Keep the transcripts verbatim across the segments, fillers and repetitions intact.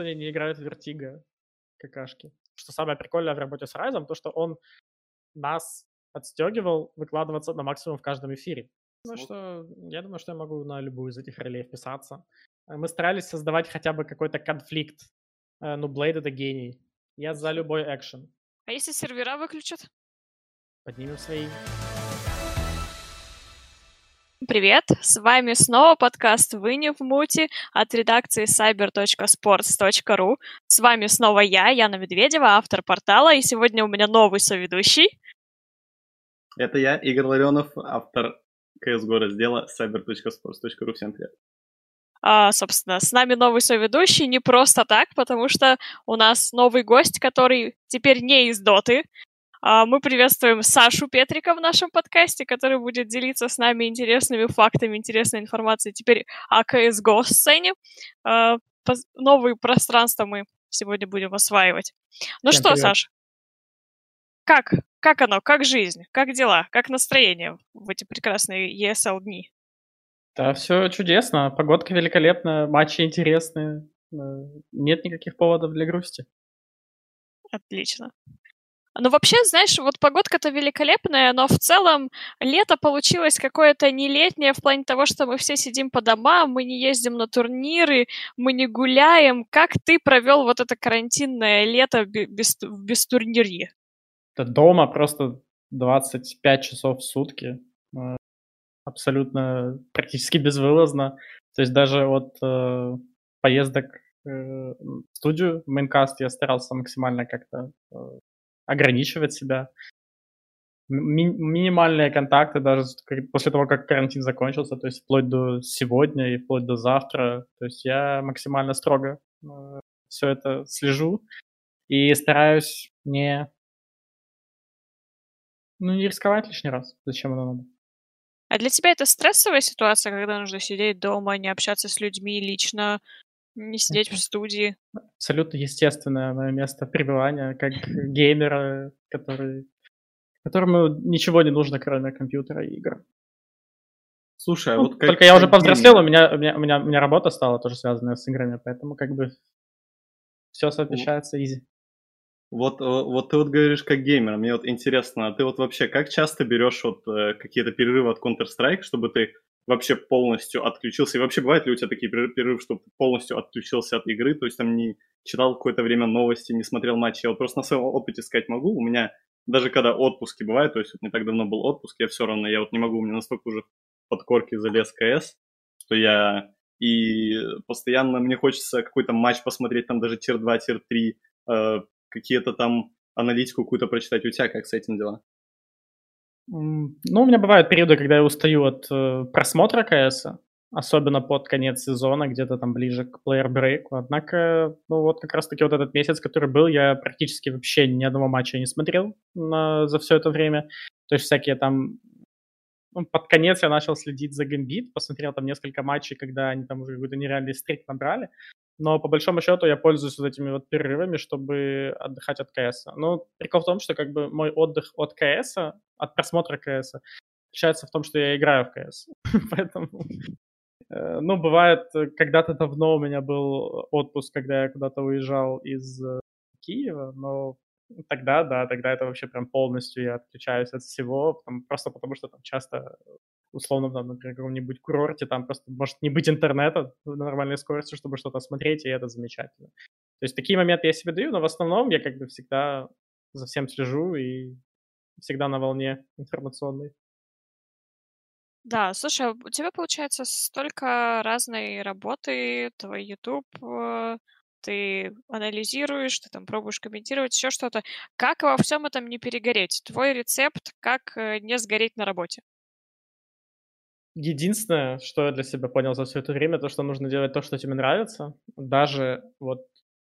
что они не играют в Vertigo, какашки. Что самое прикольное в работе с Райзом, то, что он нас подстегивал выкладываться на максимум в каждом эфире. Ну что, я думаю, что я могу на любую из этих ролей вписаться. Э, Мы старались создавать хотя бы какой-то конфликт. Э, Ну, Блейд — это гений. Я за любой экшен. А если сервера выключат? Поднимем свои. Привет, с вами снова подкаст «Вы не в муте» от редакции cyber точка sports точка ru. С вами снова я, Яна Медведева, автор портала, и сегодня у меня новый соведущий. Это я, Игорь Ларионов, автор си эс го раздела cyber точка sports точка ru. Всем привет. А, собственно, с нами новый соведущий не просто так, потому что у нас новый гость, который теперь не из Доты. А, мы приветствуем Сашу Петрика в нашем подкасте, который будет делиться с нами интересными фактами, интересной информацией теперь о си эс го сцене. А, пос- новые пространства мы сегодня будем осваивать. Ну Всем что, привет. Саш, как? Как оно? Как жизнь? Как дела? Как настроение в эти прекрасные и эс эл-дни? Да, все чудесно. Погодка великолепная, матчи интересные. Э, Нет никаких поводов для грусти. Отлично. Ну, вообще, знаешь, вот погодка-то великолепная, но в целом лето получилось какое-то не летнее в плане того, что мы все сидим по домам, мы не ездим на турниры, мы не гуляем. Как ты провел вот это карантинное лето бе- без, ту- без турнирья? Это дома просто двадцать пять часов в сутки. Э, Абсолютно практически безвылазно. То есть даже от э, поездок э, в студию, в мейнкаст, я старался максимально как-то э, ограничивать себя. Ми- минимальные контакты даже с- как- после того, как карантин закончился, то есть вплоть до сегодня и вплоть до завтра. То есть я максимально строго все это слежу и стараюсь не, ну, не рисковать лишний раз. Зачем оно надо? А для тебя это стрессовая ситуация, когда нужно сидеть дома, не общаться с людьми лично, не сидеть в Это студии? абсолютно естественное мое место пребывания как геймера, который, которому ничего не нужно, кроме компьютера и игр. Слушай, а Ну, вот как, только я уже как повзрослел, у геймер, меня, у, меня, у, меня, у меня работа стала тоже связанная с играми, поэтому как бы все в- совмещается изи. вот, э, вот ты вот говоришь как геймер, мне вот интересно, а ты вот вообще как часто берешь вот э, какие-то перерывы от Counter-Strike, чтобы ты вообще полностью отключился? И вообще бывают ли у тебя такие переры- перерывы, чтобы ты полностью отключился от игры, то есть там не читал какое-то время новости, не смотрел матчи? Я вот просто на своем опыте сказать могу, у меня даже когда отпуски бывают, то есть вот не так давно был отпуск, я все равно, я вот не могу, у меня настолько уже в подкорке залез КС, что я и постоянно мне хочется какой-то матч посмотреть, там даже тир два, тир три, э, какие-то там аналитику какую-то прочитать. У тебя как с этим дела? М, Ну, у меня бывают периоды, когда я устаю от э, просмотра КС, особенно под конец сезона, где-то там ближе к плеер брейку. Однако, ну вот как раз-таки вот этот месяц, который был, я практически вообще ни одного матча не смотрел на- за все это время. То есть всякие там... Ну, под конец я начал следить за Гэмбит, посмотрел там несколько матчей, когда они там уже какой-то нереальный стрик набрали. Но по большому счету я пользуюсь вот этими вот перерывами, чтобы отдыхать от КС. Ну, прикол в том, что как бы мой отдых от КС, от просмотра КС, заключается в том, что я играю в КС. Поэтому, э, ну, бывает, э, когда-то давно у меня был отпуск, когда я куда-то уезжал из э, Киева, но тогда, да, тогда это вообще прям полностью я отключаюсь от всего, потому- просто потому что там часто, условно, там, например, в каком-нибудь курорте, там просто может не быть интернета на нормальной скорости, чтобы что-то смотреть, и это замечательно. То есть такие моменты я себе даю, но в основном я как бы всегда за всем слежу и всегда на волне информационной. Да, слушай, а у тебя получается столько разной работы, твой YouTube, э, ты анализируешь, ты там пробуешь комментировать, еще что-то. Как во всем этом не перегореть? Твой рецепт, как э, не сгореть на работе? Единственное, что я для себя понял за все это время, то, что нужно делать то, что тебе нравится, даже вот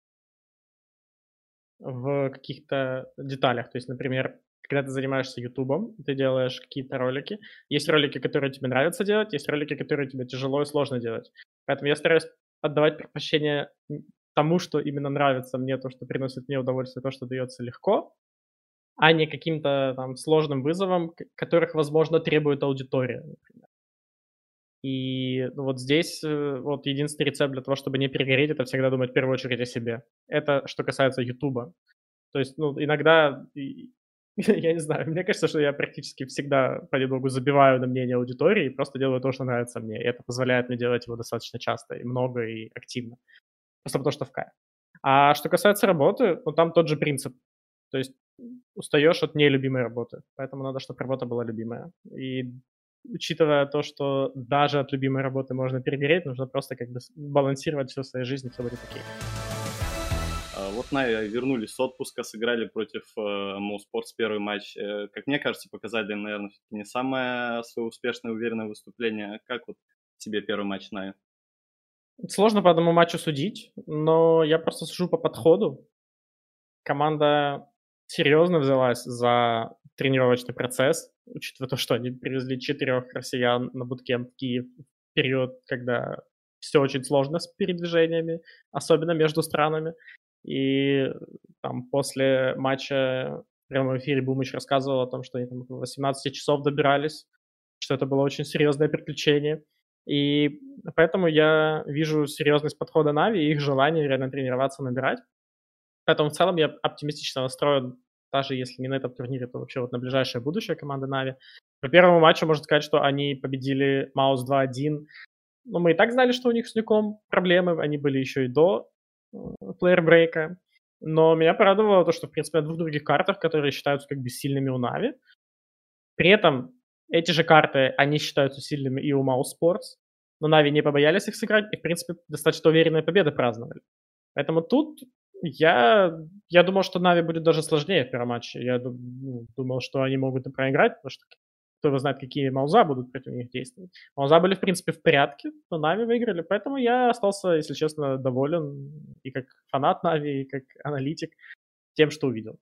в каких-то деталях. То есть, например, когда ты занимаешься "Ютубом", ты делаешь какие-то ролики. Есть ролики, которые тебе нравится делать, есть ролики, которые тебе тяжело и сложно делать. Поэтому я стараюсь отдавать предпочтение м, тому, что именно нравится мне, то, что приносит мне удовольствие, то, что дается легко, а не каким-то там сложным вызовам, к которых, возможно, требует аудитория. И ну, вот здесь э, вот единственный рецепт для того, чтобы не перегореть, это всегда думать в первую очередь о себе. Это что касается Ютуба. То есть, ну, иногда, и- я не знаю, мне кажется, что я практически всегда понемногу забиваю на мнение аудитории и просто делаю то, что нравится мне. И это позволяет мне делать его достаточно часто и много, и активно. Просто потому что в кайф. А что касается работы, ну, там тот же принцип. То есть устаешь от нелюбимой работы, поэтому надо, чтобы работа была любимая. И учитывая то, что даже от любимой работы можно перегореть, нужно просто как бы с- балансировать все в своей жизни, все будет окей. А, Вот Нави вернулись с отпуска, сыграли против э, Mo Sports первый матч. Э, Как мне кажется, показали, наверное, все-таки не самое свое успешное, уверенное выступление. Как вот тебе первый матч Нави? Сложно по одному матчу судить, но я просто сужу по подходу. Команда серьезно взялась за тренировочный процесс, учитывая то, что они привезли четырех россиян на буткемп в Киев в период, когда все очень сложно с передвижениями, особенно между странами. И там после матча в прямом эфире Бумыч рассказывал о том, что они там около восемнадцати часов добирались, что это было очень серьезное приключение. И поэтому я вижу серьезность подхода Нави и их желание реально тренироваться, набирать. Поэтому в целом я оптимистично настроен, даже если не на этом турнире, то вообще вот на ближайшее будущее команды Нави. По первому матчу можно сказать, что они победили Маус два один. Ну, мы и так знали, что у них с Нюком проблемы, они были еще и до плеер-брейка. Но меня порадовало то, что, в принципе, на двух других картах, которые считаются как бы сильными у Нави, при этом эти же карты, они считаются сильными и у Mouse Sports, но Нави не побоялись их сыграть и, в принципе, достаточно уверенные победы праздновали. Поэтому тут я, я думал, что Нави будет даже сложнее в первом матче. Я ду- ну, думал, что они могут и проиграть, потому что кто его знает, какие Мауза будут против них действовать. Мауза были, в принципе, в порядке, но Нави выиграли, поэтому я остался, если честно, доволен и как фанат Нави, и как аналитик тем, что увидел.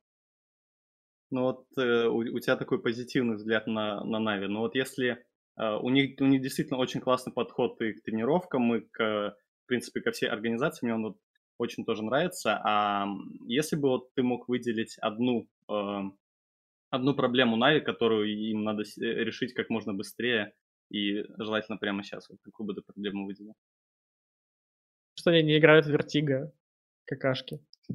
Ну вот э, у, у тебя такой позитивный взгляд на, на Нави. Но вот если э, у них, у них действительно очень классный подход и к тренировкам, и к, э, в принципе, ко всей организации, мне он вот очень тоже нравится. А м, если бы вот ты мог выделить одну, э, одну проблему Нави, которую им надо с- э, решить как можно быстрее и желательно прямо сейчас, вот какую бы ты проблему выделил? Что они не играют в Вертига, какашки.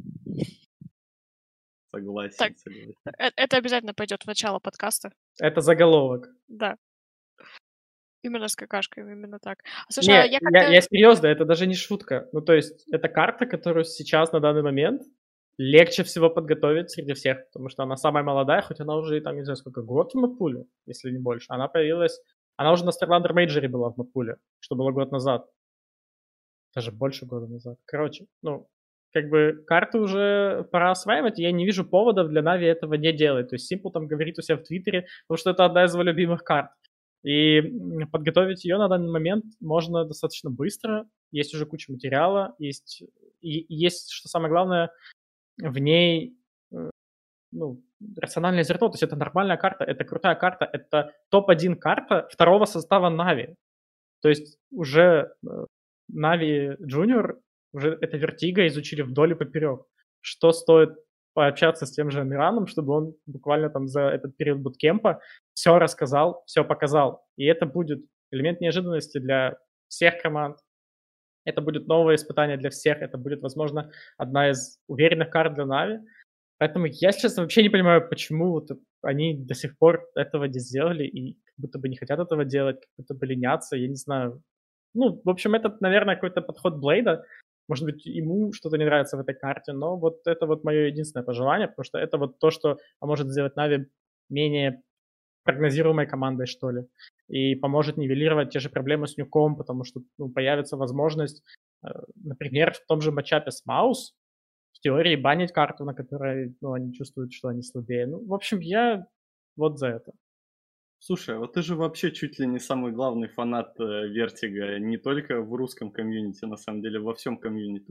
Согласен, Так, согласен. э- это обязательно пойдет в начало подкаста. Это заголовок. Да. Именно с какашками, именно так. А, Слушай, а Не, я я, как-то... я серьезно, это даже не шутка. Ну, то есть, это карта, которую сейчас, на данный момент, легче всего подготовить среди всех, потому что она самая молодая, хоть она уже, там, не знаю, сколько, год в Мапуле, если не больше. Она появилась, она уже на Starlander Мейджоре была в Мапуле, что было год назад. Даже больше года назад. Короче, ну, как бы карты уже пора осваивать, и я не вижу поводов для Нави этого не делать. То есть Simple там говорит у себя в Твиттере, потому что это одна из его любимых карт. И м, подготовить ее на данный момент можно достаточно быстро. Есть уже куча материала, есть, и, и есть, что самое главное, в ней э, ну, рациональное зерно. То есть это нормальная карта, это крутая карта, это топ один карта второго состава Нави. То есть уже Нави Junior, уже это Вертига изучили вдоль и поперек. Что стоит пообщаться с тем же Амираном, чтобы он буквально там за этот период буткемпа все рассказал, все показал. И это будет элемент неожиданности для всех команд. Это будет новое испытание для всех. Это будет, возможно, одна из уверенных карт для Нави. Поэтому я сейчас вообще не понимаю, почему вот они до сих пор этого не сделали и как будто бы не хотят этого делать, как будто бы ленятся, я не знаю. Ну, в общем, это, наверное, какой-то подход Блейда. Может быть, ему что-то не нравится в этой карте, но вот это вот мое единственное пожелание, потому что это вот то, что поможет сделать Нави менее прогнозируемой командой, что ли, и поможет нивелировать те же проблемы с Нюком, потому что ну, появится возможность, э, например, в том же матчапе с Маус, в теории банить карту, на которой ну, они чувствуют, что они слабее. Ну, в общем, я вот за это. Слушай, а вот ты же вообще чуть ли не самый главный фанат э, Вертига, не только в русском комьюнити, на самом деле, во всем комьюнити.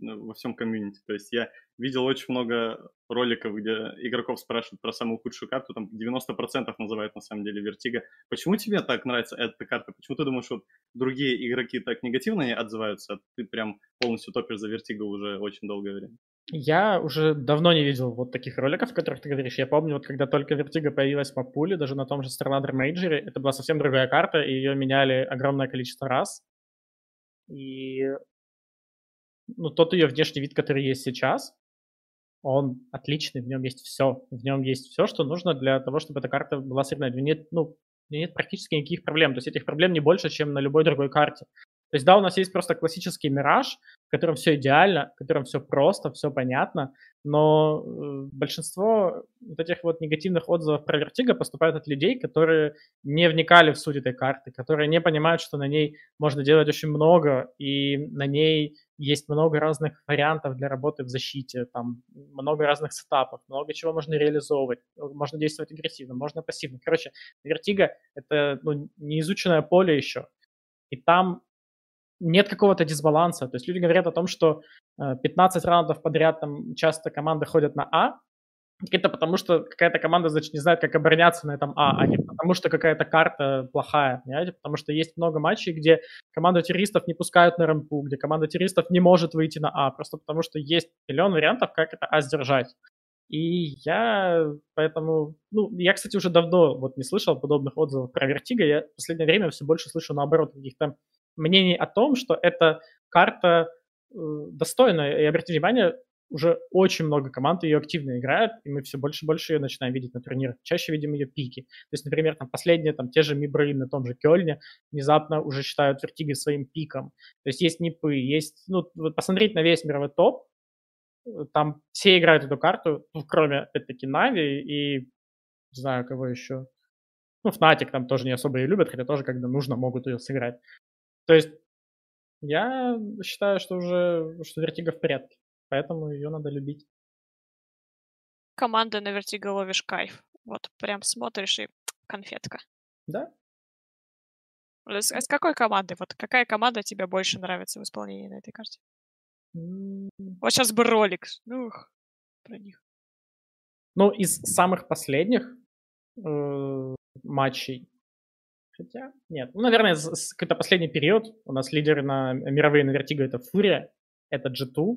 ну, во всем комьюнити. То есть я видел очень много роликов, где игроков спрашивают про самую худшую карту, там девяносто процентов называют на самом деле Vertigo. Почему тебе так нравится эта карта? Почему ты думаешь, вот другие игроки так негативно не отзываются, а ты прям полностью топишь за Vertigo уже очень долгое время? Я уже давно не видел вот таких роликов, о которых ты говоришь. Я помню, вот когда только Vertigo появилась в маппуле, даже на том же Starladder Major, это была совсем другая карта, и ее меняли огромное количество раз. И ну, тот ее внешний вид, который есть сейчас, он отличный, в нем есть все. В нем есть все, что нужно для того, чтобы эта карта была соревновательной. Нет, ну, нет практически никаких проблем. То есть этих проблем не больше, чем на любой другой карте. То есть да, у нас есть просто классический Мираж, в котором все идеально, в котором все просто, все понятно, но э, большинство вот этих вот негативных отзывов про Vertigo поступают от людей, которые не вникали в суть этой карты, которые не понимают, что на ней можно делать очень много, и на ней есть много разных вариантов для работы в защите, там много разных сетапов, много чего можно реализовывать, можно действовать агрессивно, можно пассивно. Короче, Vertigo — это ну, неизученное поле еще, и там нет какого-то дисбаланса. То есть люди говорят о том, что пятнадцать раундов подряд там часто команды ходят на А, это потому что какая-то команда, значит, не знает, как обороняться на этом А, а не потому что какая-то карта плохая, понимаете? Потому что есть много матчей, где команда террористов не пускают на рампу, где команда террористов не может выйти на А, просто потому что есть миллион вариантов, как это А сдержать. И я поэтому... Ну, я, кстати, уже давно вот не слышал подобных отзывов про Vertigo. Я в последнее время все больше слышу, наоборот, каких-то мнений о том, что эта карта э, достойная. И обратите внимание, уже очень много команд ее активно играют, и мы все больше и больше ее начинаем видеть на турнирах. Чаще видим ее пики. То есть, например, там последние, там те же Мибры на том же Кёльне внезапно уже считают Vertigo своим пиком. То есть есть НИПы, есть... Ну, вот посмотреть на весь мировой топ, там все играют эту карту, ну, кроме, опять-таки, Нави и, не знаю, кого еще. Ну, Fnatic там тоже не особо ее любят, хотя тоже, когда нужно, могут ее сыграть. То есть я считаю, что уже что Vertigo в порядке, поэтому ее надо любить. Команда на Vertigo ловишь кайф. Вот прям смотришь и конфетка. Да. С, с какой команды? Вот какая команда тебе больше нравится в исполнении на этой карте? Mm. Вот сейчас бы ролик. Ну, про них. Ну, из самых последних э, матчей. Хотя, нет. Ну, наверное, какой-то последний период. У нас лидеры на мировые на Vertigo — это Фурия, это джи два.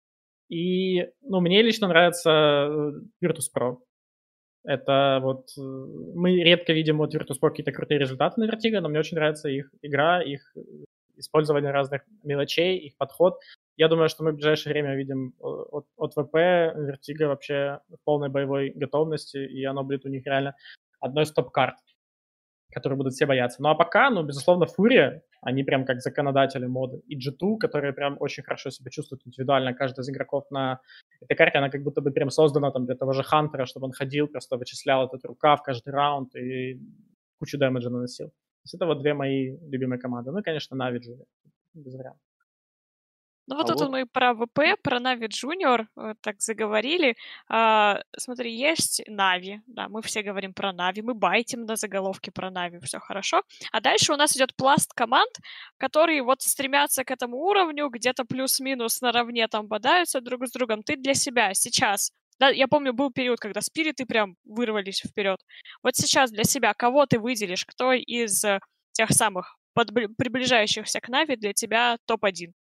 И, ну, мне лично нравится Virtus.pro. Это вот... Мы редко видим от Virtus.pro какие-то крутые результаты на Vertigo, но мне очень нравится их игра, их использование разных мелочей, их подход. Я думаю, что мы в ближайшее время видим от, от ВП Vertigo вообще в полной боевой готовности, и оно будет у них реально одной из топ-карт, которые будут все бояться. Ну а пока, ну, безусловно, Фурия, они прям как законодатели моды. И джи два, которые прям очень хорошо себя чувствуют индивидуально. Каждый из игроков на этой карте, она как будто бы прям создана там для того же Хантера, чтобы он ходил, просто вычислял этот рукав каждый раунд и кучу дэмэджа наносил. То есть это вот две мои любимые команды. Ну и, конечно, Нави Джуниор. Без вариантов. Ну вот а тут вот... мы про ВП, про Нави Джуниор вот так заговорили. А, смотри, есть Нави, да, мы все говорим про Нави, мы байтим на заголовке про Нави, все хорошо. А дальше у нас идет пласт команд, которые вот стремятся к этому уровню, где-то плюс-минус наравне там бодаются друг с другом. Ты для себя сейчас, да, я помню, был период, когда спириты прям вырвались вперед. Вот сейчас для себя кого ты выделишь, кто из тех самых подбли- приближающихся к Нави для тебя топ один?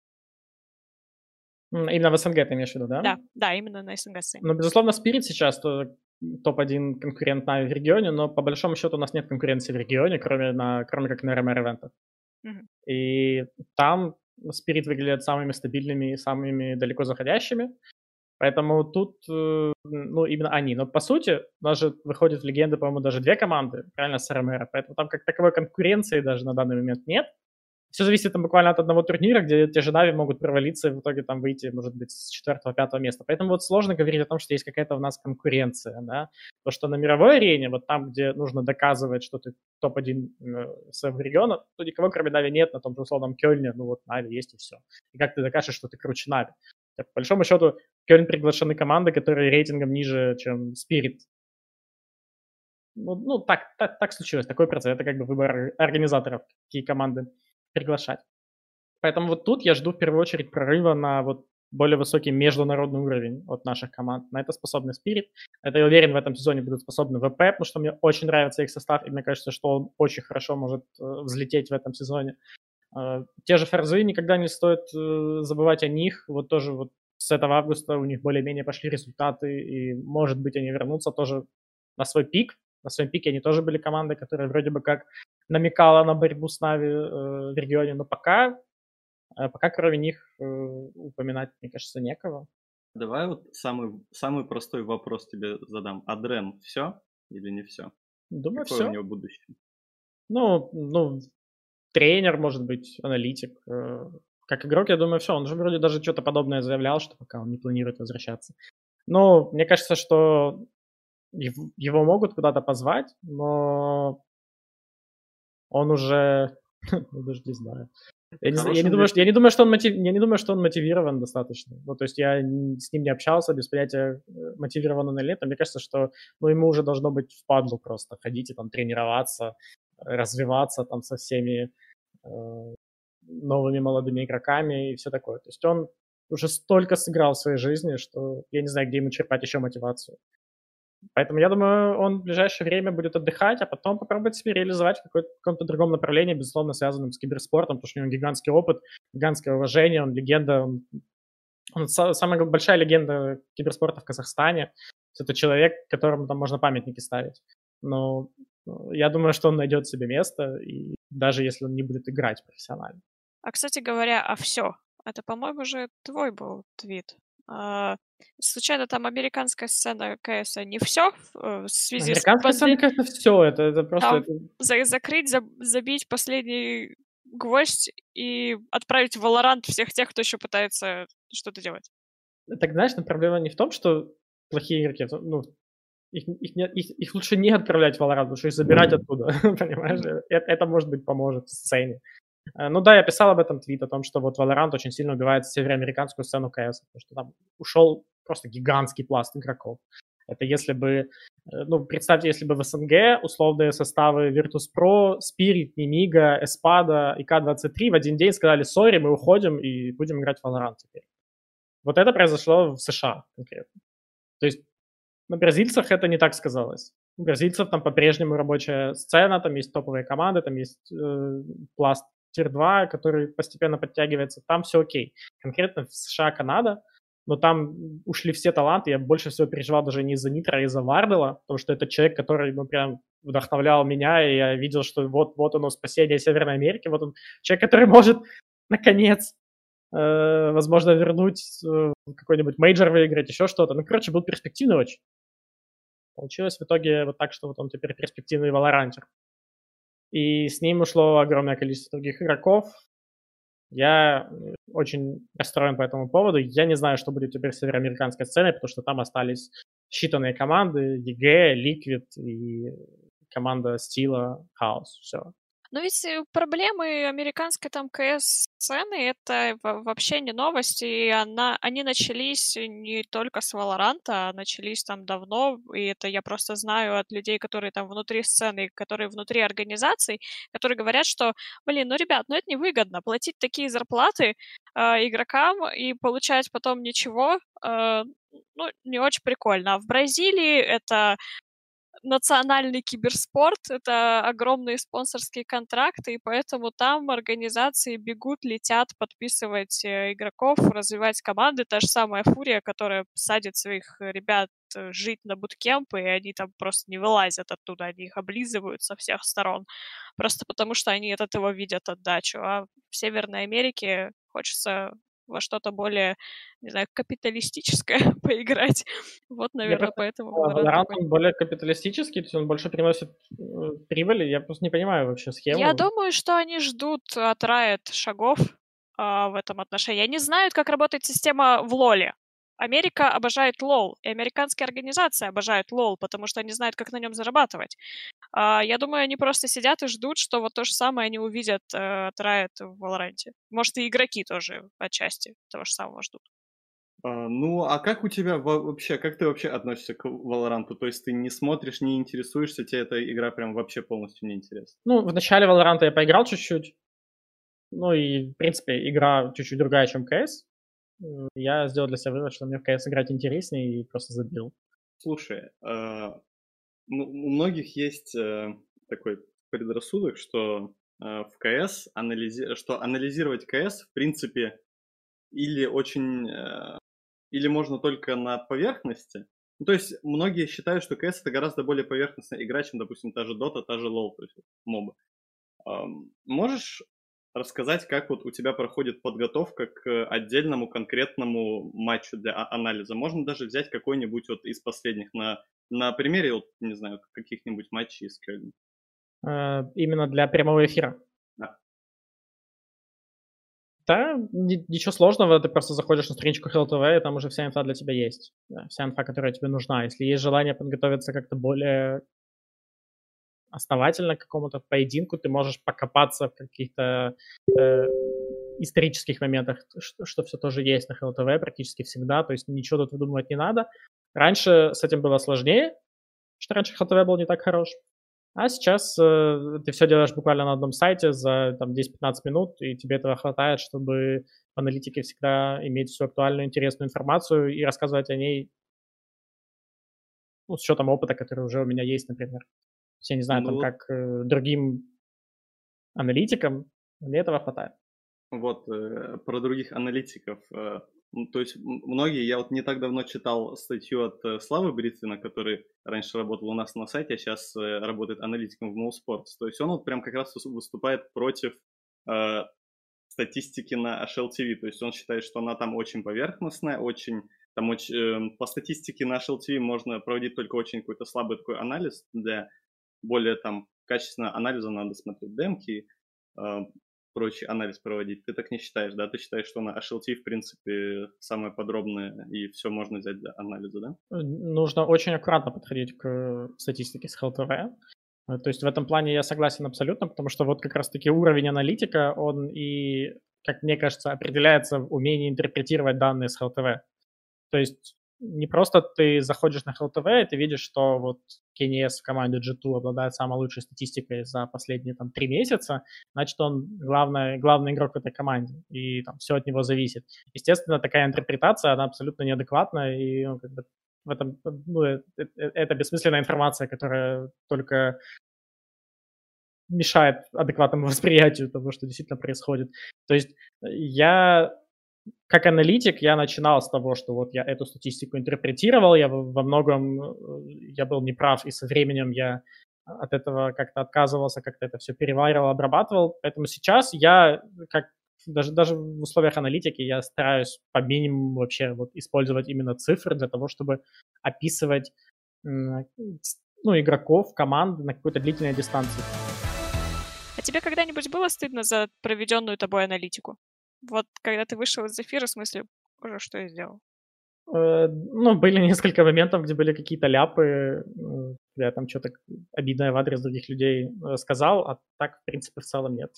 Именно в СНГ ты имеешь в виду, да? Да, да, именно на СНГ сцене. Ну, безусловно, Spirit сейчас топ один конкурент Нави в регионе, но по большому счету у нас нет конкуренции в регионе, кроме, на, кроме как на эр эм эр-ивентах. Mm-hmm. И там Spirit выглядят самыми стабильными и самыми далеко заходящими. Поэтому тут, ну, именно они. Но, по сути, даже выходит в легенды, по-моему, даже две команды, правильно, с эр эм эр. Поэтому там как таковой конкуренции даже на данный момент нет. Все зависит там буквально от одного турнира, где те же Нави могут провалиться и в итоге там выйти, может быть, с четвертого-пятого места. Поэтому вот сложно говорить о том, что есть какая-то у нас конкуренция, да. То, что на мировой арене, вот там, где нужно доказывать, что ты топ один своего региона, то никого, кроме Нави, нет. На том же условном Кёльне, ну вот Нави есть и все. И как ты докажешь, что ты круче Нави? По большому счету, в Кёльн приглашены команды, которые рейтингом ниже, чем Spirit. Ну, ну так, так, так случилось, такой процесс. Это как бы выбор организаторов, какие команды приглашать. Поэтому вот тут я жду в первую очередь прорыва на вот более высокий международный уровень от наших команд. На это способны Spirit. Это, я уверен, в этом сезоне будут способны ВП, потому что мне очень нравится их состав, и мне кажется, что он очень хорошо может э, взлететь в этом сезоне. Э, те же Форзы, никогда не стоит э, забывать о них. Вот тоже вот с этого августа у них более-менее пошли результаты, и, может быть, они вернутся тоже на свой пик. На своем пике они тоже были командой, которая вроде бы как намекала на борьбу с Нави э, в регионе, но пока, э, пока кроме них э, упоминать, мне кажется, некого. Давай вот самый, самый простой вопрос тебе задам. Адрен все или не все? Думаю, Какое все. у него будущее? Ну, ну, тренер, может быть, аналитик. Э, как игрок, я думаю, все. Он же вроде даже что-то подобное заявлял, что пока он не планирует возвращаться. Но мне кажется, что его, его могут куда-то позвать, но он уже... даже не знаю. Я не, я, не думаю, что, я, не думаю, что он мотив, я не думаю, что он мотивирован достаточно. Ну, то есть я с ним не общался, без понятия, мотивирован он или нет. Но мне кажется, что ну, ему уже должно быть впадлу просто ходить и там тренироваться, развиваться там со всеми э, новыми молодыми игроками и все такое. То есть он уже столько сыграл в своей жизни, что я не знаю, где ему черпать еще мотивацию. Поэтому я думаю, он в ближайшее время будет отдыхать, а потом попробовать себя реализовать в какой-то, каком-то другом направлении, безусловно, связанном с киберспортом, потому что у него гигантский опыт, гигантское уважение, он легенда, он, он самая большая легенда киберспорта в Казахстане. Это человек, которому там можно памятники ставить. Но я думаю, что он найдет себе место, и даже если он не будет играть профессионально. А, кстати говоря, а все. Это, по-моему, же твой был твит. А, случайно там американская сцена КС не все в связи американская с... Американская сцена, конечно, все. Это, это просто... Там Это... За- закрыть, за- забить последний гвоздь и отправить в Valorant всех тех, кто еще пытается что-то делать. Так, знаешь, но проблема не в том, что плохие игроки, ну, их, их, не, их, их лучше не отправлять в Valorant, лучше их забирать оттуда, понимаешь? Mm-hmm. Это, это, может быть, поможет сцене. Ну да, я писал об этом твит, о том, что вот Valorant очень сильно убивает североамериканскую сцену КС, потому что там ушел просто гигантский пласт игроков. Это если бы, ну, представьте, если бы в СНГ условные составы Virtus.pro, Spirit, Nemiga, Espada и К двадцать три в один день сказали: сори, мы уходим и будем играть в Valorant теперь. Вот это произошло в США конкретно. То есть на бразильцах это не так сказалось. У бразильцев там по-прежнему рабочая сцена, там есть топовые команды, там есть э, пласт тир два, который постепенно подтягивается, там все окей. Конкретно в США, Канада, но там ушли все таланты, я больше всего переживал даже не из-за Нитро, а из-за Вардела, потому что это человек, который, ну, прям вдохновлял меня, и я видел, что вот, вот оно спасение Северной Америки, вот он, человек, который может, наконец, э, возможно, вернуть э, какой-нибудь мейджор выиграть, еще что-то. Ну, короче, был перспективный очень. Получилось в итоге вот так, что вот он теперь перспективный валорантер. И с ним ушло огромное количество других игроков. Я очень расстроен по этому поводу. Я не знаю, что будет теперь с североамериканской сценой, потому что там остались считанные команды: ЕГЭ, Liquid и команда Steel, Chaos. Все. Но ведь проблемы американской там КС-сцены — это вообще не новость, и она, они начались не только с Valorant, а начались там давно, и это я просто знаю от людей, которые там внутри сцены, которые внутри организаций, которые говорят, что, блин, ну, ребят, ну это невыгодно, платить такие зарплаты э, игрокам и получать потом ничего, э, ну, не очень прикольно. А в Бразилии это... национальный киберспорт, это огромные спонсорские контракты, и поэтому там организации бегут, летят подписывать игроков, развивать команды. Та же самая Фурия, которая садит своих ребят жить на буткемпы, и они там просто не вылазят оттуда, они их облизывают со всех сторон, просто потому что они от этого видят отдачу. А в Северной Америке хочется во что-то более, не знаю, капиталистическое поиграть. Вот, наверное, поэтому Valorant он более капиталистический, то есть он больше приносит э, прибыли. Я просто не понимаю вообще схему. Я думаю, что они ждут от Riot шагов а, в этом отношении. Они знают, как работает система в лоле. Америка обожает лол, и американские организации обожают лол, потому что они знают, как на нем зарабатывать. А, я думаю, они просто сидят и ждут, что вот то же самое они увидят э, от Riot в Valorant. Может, и игроки тоже отчасти того же самого ждут. А, ну, а как у тебя вообще, как ты вообще относишься к Valorant? То есть ты не смотришь, не интересуешься, тебе эта игра прям вообще полностью не интересна? Ну, в начале Valorant я поиграл чуть-чуть. Ну и, в принципе, игра чуть-чуть другая, чем КС. я сделал для себя вывод, что мне в КС играть интереснее, и просто забил. Слушай, э, ну, у многих есть э, такой предрассудок, что э, в КС анализи... что анализировать КС, в принципе, или очень... э, или можно только на поверхности. Ну, то есть многие считают, что КС это гораздо более поверхностная игра, чем, допустим, та же Dota, та же лол, то есть мобы. Ам, Можешь рассказать, как вот у тебя проходит подготовка к отдельному конкретному матчу для а- анализа? Можно даже взять какой-нибудь вот из последних на, на примере, вот, не знаю, каких-нибудь матчей из Кёльна. Э, Именно для прямого эфира. Да. Да, ни- ничего сложного, ты просто заходишь на страничку Hell ти ви, и там уже вся инфа для тебя есть. Да, вся инфа, которая тебе нужна. Если есть желание подготовиться как-то более основательно к какому-то поединку, ты можешь покопаться в каких-то э, исторических моментах, что, что все тоже есть на Hell ти ви практически всегда, то есть ничего тут выдумывать не надо. Раньше с этим было сложнее, что раньше Hell ти ви был не так хорош. А сейчас э, ты все делаешь буквально на одном сайте за там, десять-пятнадцать минут, и тебе этого хватает, чтобы в аналитике всегда иметь всю актуальную, интересную информацию и рассказывать о ней, ну, с учетом опыта, который уже у меня есть, например. То есть я не знаю, Ну там, вот, как э, другим аналитикам, мне этого хватает. вот э, про других аналитиков. э, ну, то есть м- многие, я вот не так давно читал статью от э, Славы Бритвина, который раньше работал у нас на сайте, а сейчас э, работает аналитиком в No Sports. То есть он вот прям как раз выс- выступает против э, статистики на эйч эл ти ви. То есть он считает, что она там очень поверхностная, очень... Там очень, э, по статистике на эйч эл ти ви можно проводить только очень какой-то слабый такой анализ. Для более там качественного анализа надо смотреть демки, э, прочий анализ проводить. Ты так не считаешь, да? Ты считаешь, что на эйч эл ти ви, в принципе, самое подробное и все можно взять для анализа, да? Э, Нужно очень аккуратно подходить к статистике с Hell ти ви. Э, То есть в этом плане я согласен абсолютно, потому что вот как раз-таки уровень аналитика, он и, как мне кажется, определяется в умении интерпретировать данные с Hell ти ви. То есть не просто ты заходишь на Hell ти ви, и ты видишь, что вот Кенни-Эс в команде джи ту обладает самой лучшей статистикой за последние там три месяца, значит, он главный, главный игрок в этой команде, и там все от него зависит. Естественно, такая интерпретация, она абсолютно неадекватна, и ну, как бы в этом, ну, э- э- это бессмысленная информация, которая только мешает адекватному восприятию того, что действительно происходит. То есть я как аналитик я начинал с того, что вот я эту статистику интерпретировал, я во многом э, я был неправ, и со временем я от этого как-то отказывался, как-то это все переваривал, обрабатывал. Поэтому сейчас я, как даже, даже в условиях аналитики, я стараюсь по минимуму вообще вот использовать именно цифры для того, чтобы описывать м, ну, игроков, команды на какой-то длительной дистанции. А тебе когда-нибудь было стыдно за проведенную тобой аналитику? Вот когда ты вышел из эфира, в смысле, боже, что я сделал? Э, Ну, были несколько моментов, где были какие-то ляпы, э, я там что-то обидное в адрес других людей э, сказал, а так, в принципе, в целом нет.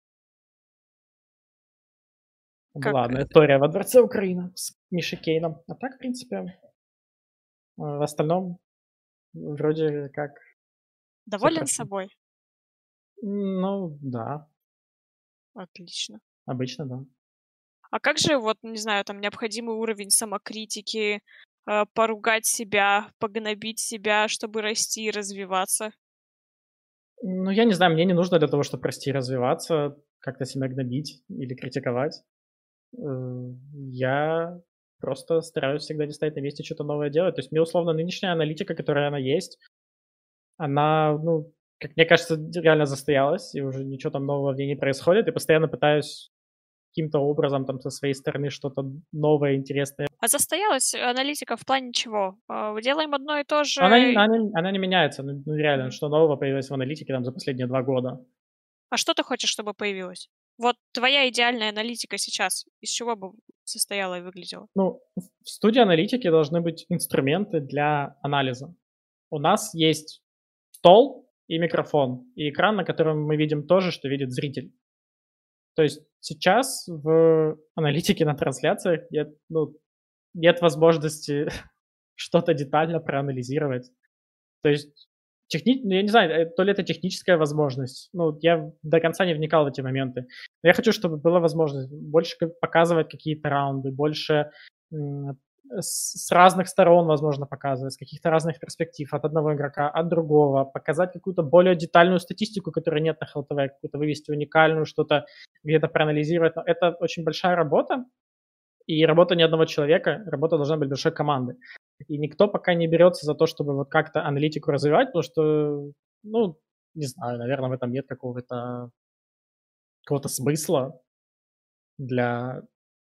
Как Была одна это? история во Дворце Украины с Мишей Кейном. А так, в принципе, э, в остальном вроде как все Доволен хорошо. собой? Ну, да, Отлично. обычно, да. А как же, вот, не знаю, там необходимый уровень самокритики, э, поругать себя, погнобить себя, чтобы расти и развиваться? Ну, я не знаю, мне не нужно для того, чтобы расти и развиваться, как-то себя гнобить или критиковать. Э, Я просто стараюсь всегда не стоять на месте, что-то новое делать. То есть мне, условно, нынешняя аналитика, которая она есть, она, ну, как мне кажется, реально застоялась, и уже ничего там нового в ней не происходит, и постоянно пытаюсь каким-то образом там со своей стороны что-то новое, интересное. А застоялась аналитика в плане чего? А, Делаем одно и то же. Она, не- она, не- она не меняется, ну, ну, реально, Мгм. что нового появилось в аналитике там за последние два года. А что ты хочешь, чтобы появилось? Вот твоя идеальная аналитика сейчас из чего бы состояла и выглядела? Ну, в в студии аналитики должны быть инструменты для анализа. У нас есть стол и микрофон, и экран, на котором мы видим то же, что видит зритель. То есть сейчас в аналитике на трансляциях нет, ну, нет возможности что-то детально проанализировать. То есть Техни... ну, я не знаю, э, то ли это техническая возможность. Ну, я до конца не вникал в эти моменты. Но я хочу, чтобы была возможность больше как- показывать какие-то раунды, больше м, с, с разных сторон, возможно, показывать, с каких-то разных перспектив от одного игрока, от другого, показать какую-то более детальную статистику, которой нет на ХЛТВ, какую-то вывести уникальную, что-то где-то проанализировать. Но это очень большая работа, и работа не одного человека, работа должна быть большой команды. И никто пока не берется за то, чтобы вот как-то аналитику развивать, потому что, ну, не знаю, наверное, в этом нет какого-то какого-то смысла для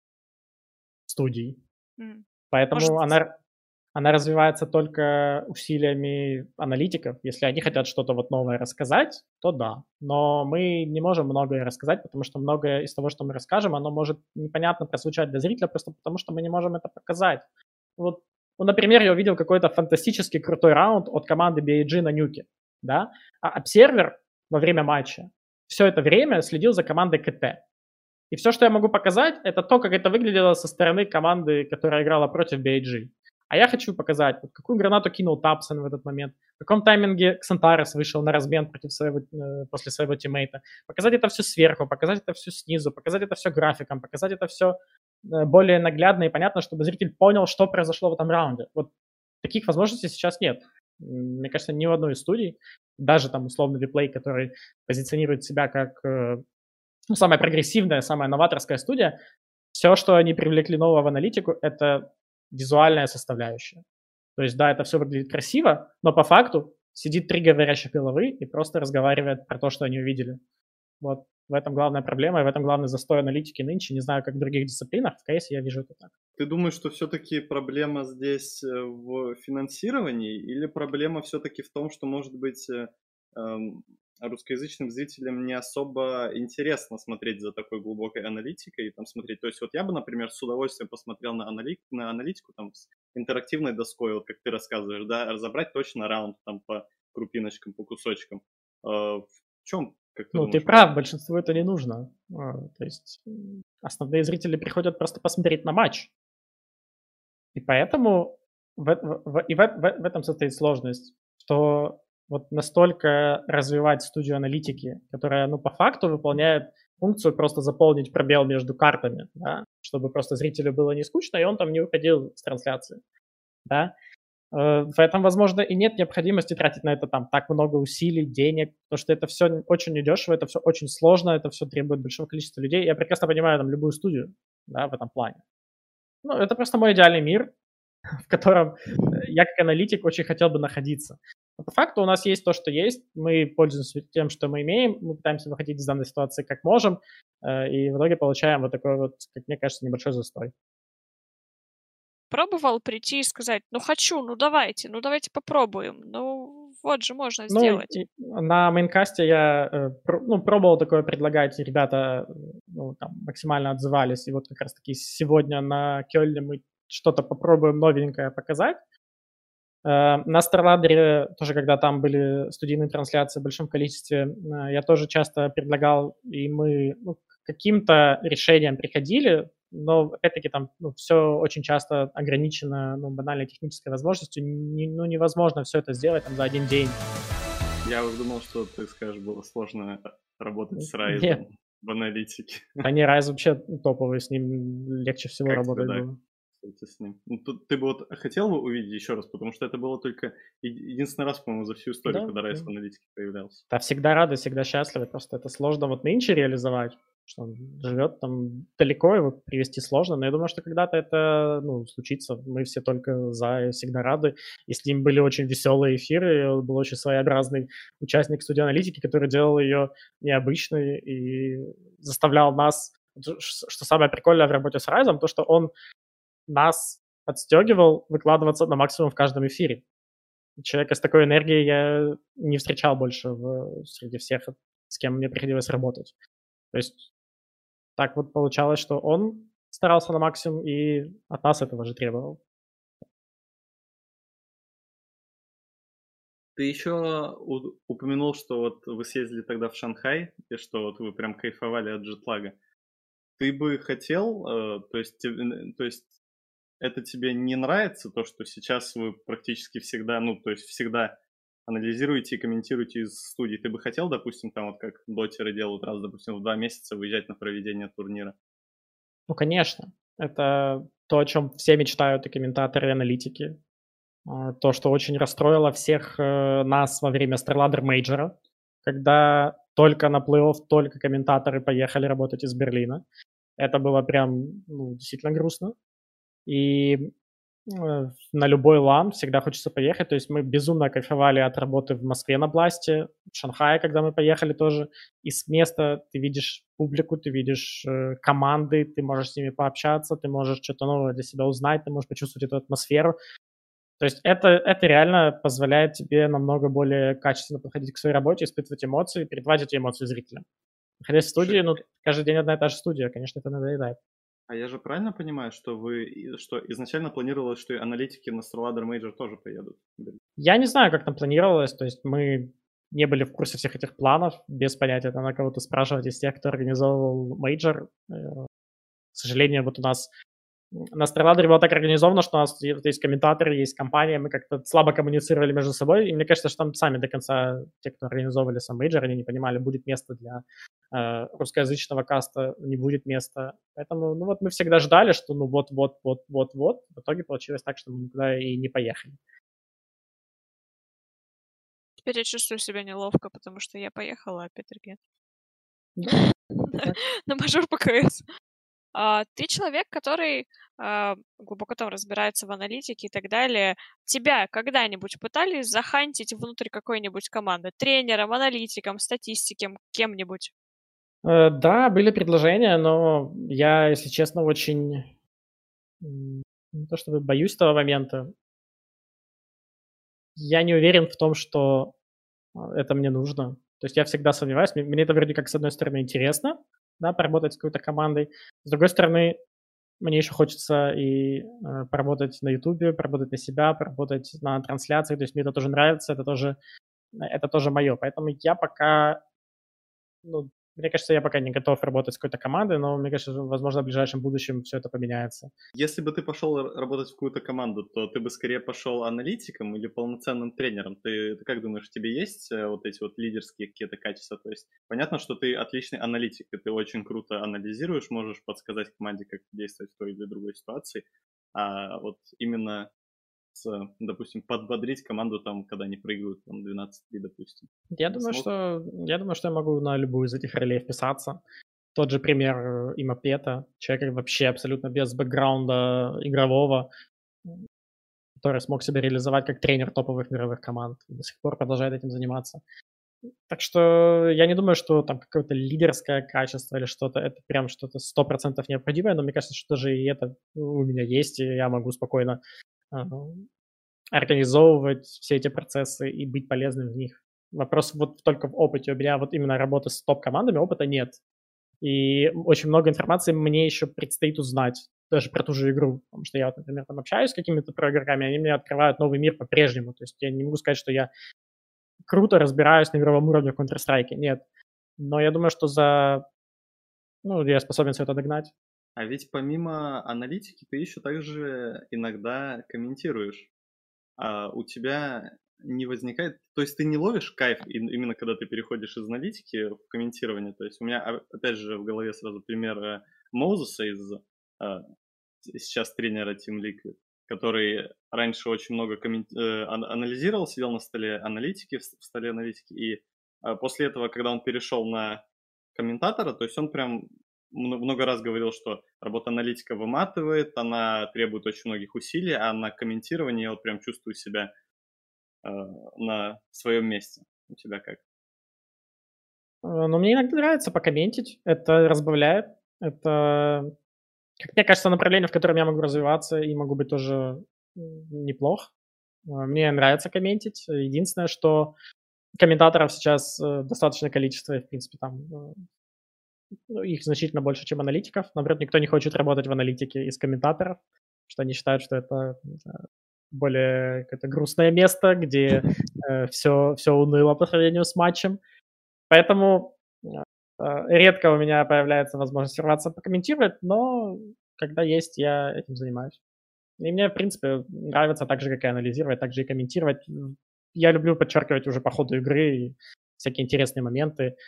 студий. М. Может, Поэтому она, она развивается только усилиями аналитиков. Если они хотят что-то вот новое рассказать, то да. Но мы не можем многое рассказать, потому что многое из того, что мы расскажем, оно может непонятно прозвучать для зрителя, просто потому что мы не можем это показать. Вот, ну, например, я увидел какой-то фантастически крутой раунд от команды би эй джи на нюке, да, а обсервер во время матча все это время следил за командой КТ. И все, что я могу показать, это то, как это выглядело со стороны команды, которая играла против би эй джи. А я хочу показать, вот какую гранату кинул Тапсон в этот момент, в каком тайминге Ксантарес вышел на размен против своего, э, после своего тиммейта. Показать это все сверху, показать это все снизу, показать это все графиком, показать это все э, более наглядно и понятно, чтобы зритель понял, что произошло в этом раунде. Вот таких возможностей сейчас нет. М, Мне кажется, ни в одной из студий, даже там условно Виплей, который позиционирует себя как э, ну, самая прогрессивная, самая новаторская студия, все, что они привлекли нового в аналитику, это визуальная составляющая. То есть, да, это все выглядит красиво, но по факту сидит три говорящих головы и просто разговаривает про то, что они увидели. Вот в этом главная проблема, и в этом главный застой аналитики нынче. Не знаю, как в других дисциплинах, в КС я вижу это так. Ты думаешь, что все-таки проблема здесь э, в финансировании или проблема все-таки в том, что, может быть, э, эм, русскоязычным зрителям не особо интересно смотреть за такой глубокой аналитикой и там смотреть. То есть вот я бы, например, с удовольствием посмотрел на, анали... на аналитику там с интерактивной доской, вот как ты рассказываешь, да, разобрать точно раунд там по крупиночкам, по кусочкам. Э, в чем, как ты Ну, ты думаешь, прав, важно? большинству это не нужно. А, То есть м, основные зрители приходят просто посмотреть на матч. И поэтому в, эт- в- в- и в, эт- в в этом состоит сложность, что вот настолько развивать студию аналитики, которая, ну, по факту выполняет функцию просто заполнить пробел между картами, да, чтобы просто зрителю было не скучно, и он там не уходил с трансляции, да. Э, В этом, возможно, и нет необходимости тратить на это там так много усилий, денег, потому что это все очень недешево, это все очень сложно, это все требует большого количества людей. Я прекрасно понимаю там любую студию, да, в этом плане. Ну, это просто мой идеальный мир, в котором э, я как аналитик очень хотел бы находиться. Но по факту у нас есть то, что есть, мы пользуемся тем, что мы имеем, мы пытаемся выходить из данной ситуации как можем, э, и в итоге получаем вот такой вот, как мне кажется, небольшой застой. пробовал прийти и сказать, ну хочу, ну давайте, ну давайте попробуем. Ну вот же можно Ну, сделать. и на мейнкасте я э, пр- ну, пробовал такое предлагать, и ребята э, ну, там, максимально отзывались, и вот как раз-таки сегодня на Кёльне мы что-то попробуем новенькое показать. Э, На StarLadder тоже, когда там были студийные трансляции в большом количестве, э, я тоже часто предлагал, и мы ну, к каким-то решениям приходили, но опять-таки там ну, все очень часто ограничено ну, банальной технической возможностью. Не- ну, невозможно все это сделать там, за один день. Я уже думал, что ты скажешь, было сложно работать с Нет, Райзом в аналитике. да не, Райз вообще топовый, с ним легче всего Как тебе, работать да, было. кстати, с ним? Ну, тут ты бы вот хотел бы увидеть еще раз, потому что это было только еди- единственный раз, по-моему, за всю историю, Да, когда Райз да. в аналитике появлялся. Да, всегда рады, всегда счастливы, просто это сложно вот нынче реализовать, что он живет там далеко, его привести сложно, но я думаю, что когда-то это, ну, случится, мы все только за и всегда рады, и с ним были очень веселые эфиры, и он был очень своеобразный участник студии аналитики, который делал ее необычной и заставлял нас, что самое прикольное в работе с Райзом, то, что он нас отстегивал выкладываться на максимум в каждом эфире. Человека с такой энергией я не встречал больше в, среди всех, с кем мне приходилось работать. То есть так вот получалось, что он старался на максимум и от нас этого же требовал. Ты еще у- упомянул, что вот вы съездили тогда в Шанхай, и что вот вы прям кайфовали от джетлага. Ты бы хотел, э, то есть, те- н- то есть это тебе не нравится, то, что сейчас вы практически всегда, ну, то есть всегда анализируете и комментируете из студии. Ты бы хотел, допустим, там вот как дотеры делают раз, допустим, в два месяца выезжать на проведение турнира? Ну, конечно. Это то, о чем все мечтают и комментаторы, и аналитики. А, То, что очень расстроило всех э, нас во время StarLadder Major, когда только на плей-офф, только комментаторы поехали работать из Берлина. Это было прям ну, действительно грустно. И э, на любой лан всегда хочется поехать. То есть мы безумно кайфовали от работы в Москве на Бласте, в Шанхае, когда мы поехали тоже. И с места ты видишь публику, ты видишь э, команды, ты можешь с ними пообщаться, ты можешь что-то новое для себя узнать, ты можешь почувствовать эту атмосферу. То есть это, это реально позволяет тебе намного более качественно подходить к своей работе, испытывать эмоции, передавать эти эмоции зрителям. Находясь в студии, ну, каждый день одна и та же студия, конечно, это надоедает. А я же правильно понимаю, что вы, и- что изначально планировалось, что и аналитики на StarLadder Major тоже поедут? Я не знаю, как там планировалось, то есть мы не были в курсе всех этих планов, без понятия, там, на кого-то спрашивать из тех, кто организовывал мейджор. Э, К сожалению, вот у нас на StarLadder было так организовано, что у нас е- есть комментаторы, есть компания, мы как-то слабо коммуницировали между собой, и мне кажется, что там сами до конца, те, кто организовывали сам мейджор, они не понимали, будет место для э, русскоязычного каста, не будет места. Поэтому, ну вот мы всегда ждали, что ну вот-вот-вот-вот-вот, в итоге получилось так, что мы никуда и не поехали. Теперь я чувствую себя неловко, потому что я поехала, а Петрик нет. Да, так. На мажор ПКС. А, Ты человек, который а, глубоко там разбирается в аналитике и так далее. Тебя когда-нибудь пытались захантить внутрь какой-нибудь команды? Тренером, аналитиком, статистиком, кем-нибудь? Э, Да, были предложения, но я, если честно, очень м, не то чтобы боюсь того момента. Я не уверен в том, что а, это мне нужно. То есть я всегда сомневаюсь. Мне, мне это вроде как, с одной стороны, интересно, да, поработать с какой-то командой. С другой стороны, мне еще хочется и э, поработать на Ютубе, поработать на себя, поработать на трансляции. То есть мне это тоже нравится, это тоже, это тоже мое. Поэтому я пока, ну, мне кажется, я пока не готов работать с какой-то командой, но мне кажется, возможно, в ближайшем будущем все это поменяется. Если бы ты пошел р- работать в какую-то команду, то ты бы скорее пошел аналитиком или полноценным тренером? Ты, ты как думаешь, у тебя есть э, вот эти вот лидерские какие-то качества? То есть понятно, что ты отличный аналитик, и ты очень круто анализируешь, можешь подсказать команде, как действовать в той или другой ситуации. А вот именно, с, допустим, подбодрить команду, там, когда они проигрывают там, двенадцать три, допустим. Я думаю, Смог? что я думаю, что я могу на любую из этих ролей вписаться. Тот же пример э, Имапета, человек вообще абсолютно без бэкграунда игрового, м, который смог себя реализовать как тренер топовых мировых команд и до сих пор продолжает этим заниматься. Так что я не думаю, что там какое-то лидерское качество или что-то, это прям что-то сто процентов необходимое, но мне кажется, что даже и это у меня есть, и я могу спокойно а, организовывать все эти процессы и быть полезным в них. Вопрос вот только в опыте. У меня вот именно работы с топ-командами опыта нет. И очень много информации мне еще предстоит узнать, даже про ту же игру. Потому что я вот, например, там общаюсь с какими-то проигроками, они мне открывают новый мир по-прежнему. То есть я не могу сказать, что я круто разбираюсь на игровом уровне в Counter-Strike. Нет. Но я думаю, что за... Ну, я способен все это догнать. А ведь помимо аналитики ты еще также иногда комментируешь. А у тебя не возникает, то есть ты не ловишь кайф и- именно когда ты переходишь из аналитики в комментирование. То есть у меня а, опять же в голове сразу пример э, Моузеса из э, сейчас тренера Team Liquid, который раньше очень много коммен- э, ан- анализировал, сидел на столе аналитики, в с- в столе аналитики, и э, после этого, когда он перешел на комментатора, то есть он прям мно- много раз говорил, что работа аналитика выматывает, она требует очень многих усилий, а на комментировании я вот прям чувствую себя э, на своем месте. У тебя как? Э, Но мне иногда нравится покомментить. Это разбавляет. Это, как мне кажется, направление, в котором я могу развиваться и могу быть тоже м, неплох. Э, Мне нравится комментить. Единственное, что комментаторов сейчас э, достаточное количество, и, в принципе, там э, ну, их значительно больше, чем аналитиков. Наоборот, никто не хочет работать в аналитике из комментаторов, что они считают, что это не знаю, более какое-то грустное место, где э, все, все уныло по сравнению с матчем. Поэтому э, э, редко у меня появляется возможность ворваться покомментировать, но когда есть, я этим занимаюсь. И мне, в принципе, нравится так же, как и анализировать, так же и комментировать. я люблю подчеркивать уже по ходу игры всякие интересные моменты.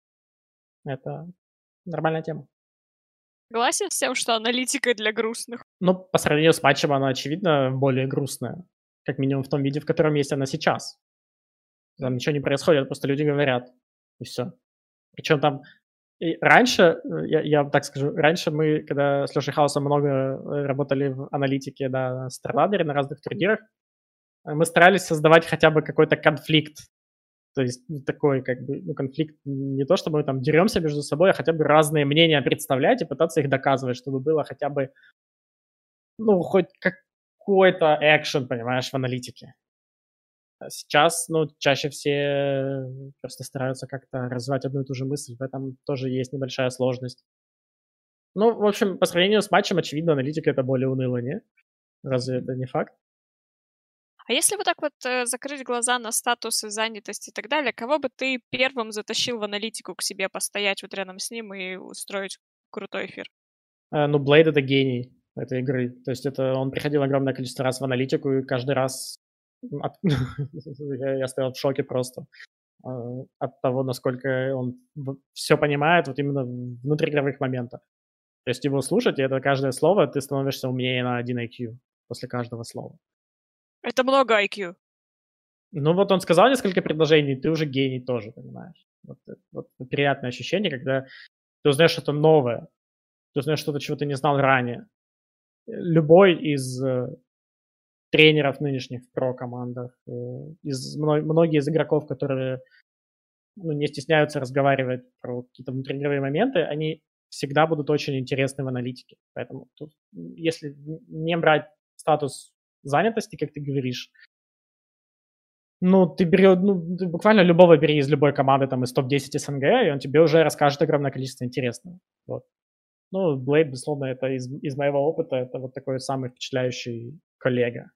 Это нормальная тема. Согласен с тем, что аналитика для грустных? Ну, по сравнению с матчем она, очевидно, более грустная. Как минимум в том виде, в котором есть она сейчас. Там ничего не происходит, просто люди говорят, и все. Причем там и раньше, я, я вам так скажу, раньше мы, когда с Лешей Хаусом много работали в аналитике на StarLadder, на разных турнирах, мы старались создавать хотя бы какой-то конфликт. То есть ну, такой как бы ну, конфликт не то, чтобы мы там деремся между собой, а хотя бы разные мнения представлять и пытаться их доказывать, чтобы было хотя бы, ну, хоть какой-то экшен, понимаешь, в аналитике. А сейчас, ну, чаще все просто стараются как-то развивать одну и ту же мысль, в этом тоже есть небольшая сложность. Ну, в общем, по сравнению с матчем, очевидно, аналитика это более уныло, не? Разве это не факт? А если вот так вот э, закрыть глаза на статусы, занятости и так далее, кого бы ты первым затащил в аналитику к себе, постоять вот рядом с ним и устроить крутой эфир? Э, ну, Блейд это гений этой игры. То есть это он приходил огромное количество раз в аналитику, и каждый раз от- я, я стоял в шоке просто э, от того, насколько он все понимает вот именно в внутриигровых моментах. То есть его слушать, и это каждое слово, ты становишься умнее на один ай кью после каждого слова. Это много ай кью. Ну вот он сказал несколько предложений, ты уже гений тоже, понимаешь. Вот, это- вот приятное ощущение, когда ты узнаешь что-то новое, ты узнаешь что-то, чего ты не знал ранее. Любой из э, тренеров нынешних в про-командах, э, из, мно- многие из игроков, которые ну, не стесняются разговаривать про какие-то внутриигровые моменты, они всегда будут очень интересны в аналитике. Поэтому тут, если не брать статус занятости, как ты говоришь, ну, ты бери, ну, ты буквально любого бери из любой команды, там, из топ десять СНГ, и он тебе уже расскажет огромное количество интересного. Вот. Ну, Блейд, безусловно, это из, из моего опыта, это вот такой самый впечатляющий коллега.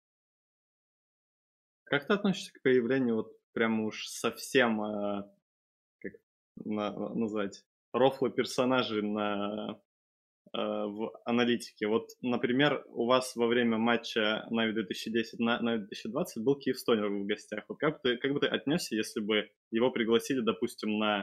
Как ты относишься к появлению вот прямо уж совсем, э, как на- назвать, рофлы персонажей на, э, в аналитике? Вот, например, у вас во время матча Нави две тысячи десять на Нави две тысячи двадцать был Киевстонер в гостях. Вот как бы ты, как бы ты отнесся, если бы его пригласили, допустим, на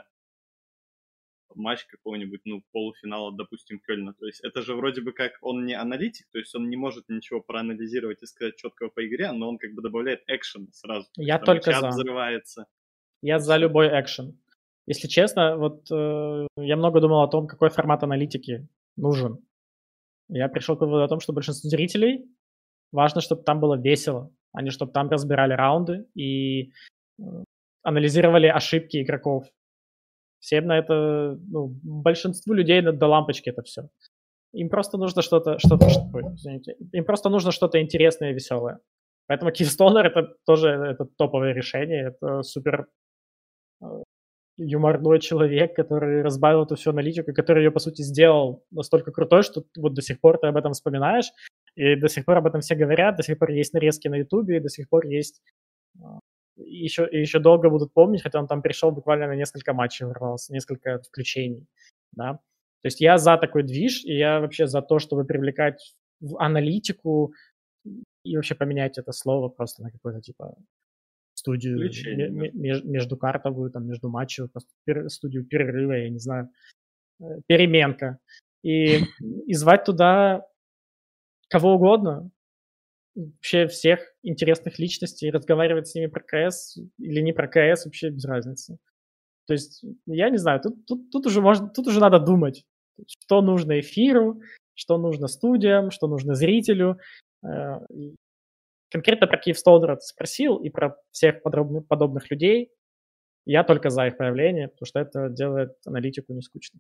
матч какого-нибудь, ну, полуфинала, допустим, Кёльна. То есть это же вроде бы как он не аналитик, то есть он не может ничего проанализировать и сказать четкого по игре, но он как бы добавляет экшен сразу. То Я есть там и только чат за. взрывается. Я и за всё. любой экшен. Если честно, вот э, я много думал о том, какой формат аналитики нужен. Я пришел к выводу о том, что большинству зрителей важно, чтобы там было весело, а не чтобы там разбирали раунды и э, анализировали ошибки игроков. Всем на это, ну, большинству людей на- до лампочки это все. Им просто нужно что-то, что-то, что- ой, извините, им просто нужно что-то интересное и веселое. Поэтому Киевстонер это тоже это топовое решение, это супер э, юморной человек, который разбавил эту всю аналитику, и который ее, по сути, сделал настолько крутой, что вот до сих пор ты об этом вспоминаешь, и до сих пор об этом все говорят, до сих пор есть нарезки на Ютубе, и до сих пор есть а, и еще, и еще долго будут помнить, хотя он там пришел буквально на несколько матчей, ворвался, несколько включений, да. То есть я за такой движ, и я вообще за то, чтобы привлекать в аналитику и вообще поменять это слово просто на какое-то типа студию Включение, да. междукартовую, там, между матчевую, просто пер- студию перерыва, я не знаю, э, переменка. И, и звать туда кого угодно, вообще всех интересных личностей, разговаривать с ними про КС или не про КС, вообще без разницы. То есть, я не знаю, тут, тут, тут, уже, можно, тут уже надо думать, что нужно эфиру, что нужно студиям, что нужно зрителю. Э, Конкретно про Киевстонера ты спросил и про всех подробных, подобных людей. Я только за их появление, потому что это делает аналитику не скучно.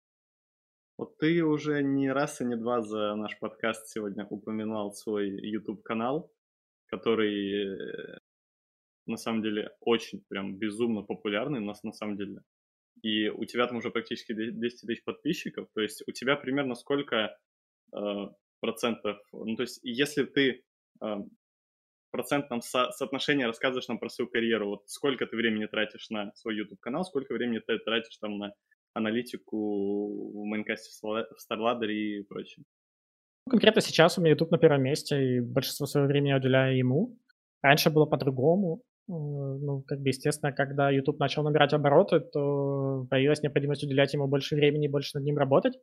Вот ты уже не раз и не два за наш подкаст сегодня упоминал свой YouTube-канал, который э, на самом деле очень прям безумно популярный у нас на самом деле. И у тебя там уже практически двести тысяч подписчиков. То есть у тебя примерно сколько э, процентов... Ну, то есть если ты э, в процентном со- соотношении рассказываешь нам про свою карьеру, вот сколько ты времени тратишь на свой YouTube-канал, сколько времени ты тратишь там на аналитику в Майнкасте, в StarLadder и прочее? Конкретно сейчас у меня YouTube на первом месте, и большинство своего времени я уделяю ему. Раньше было по-другому. Ну, как бы, естественно, когда YouTube начал набирать обороты, то появилась необходимость уделять ему больше времени и больше над ним работать.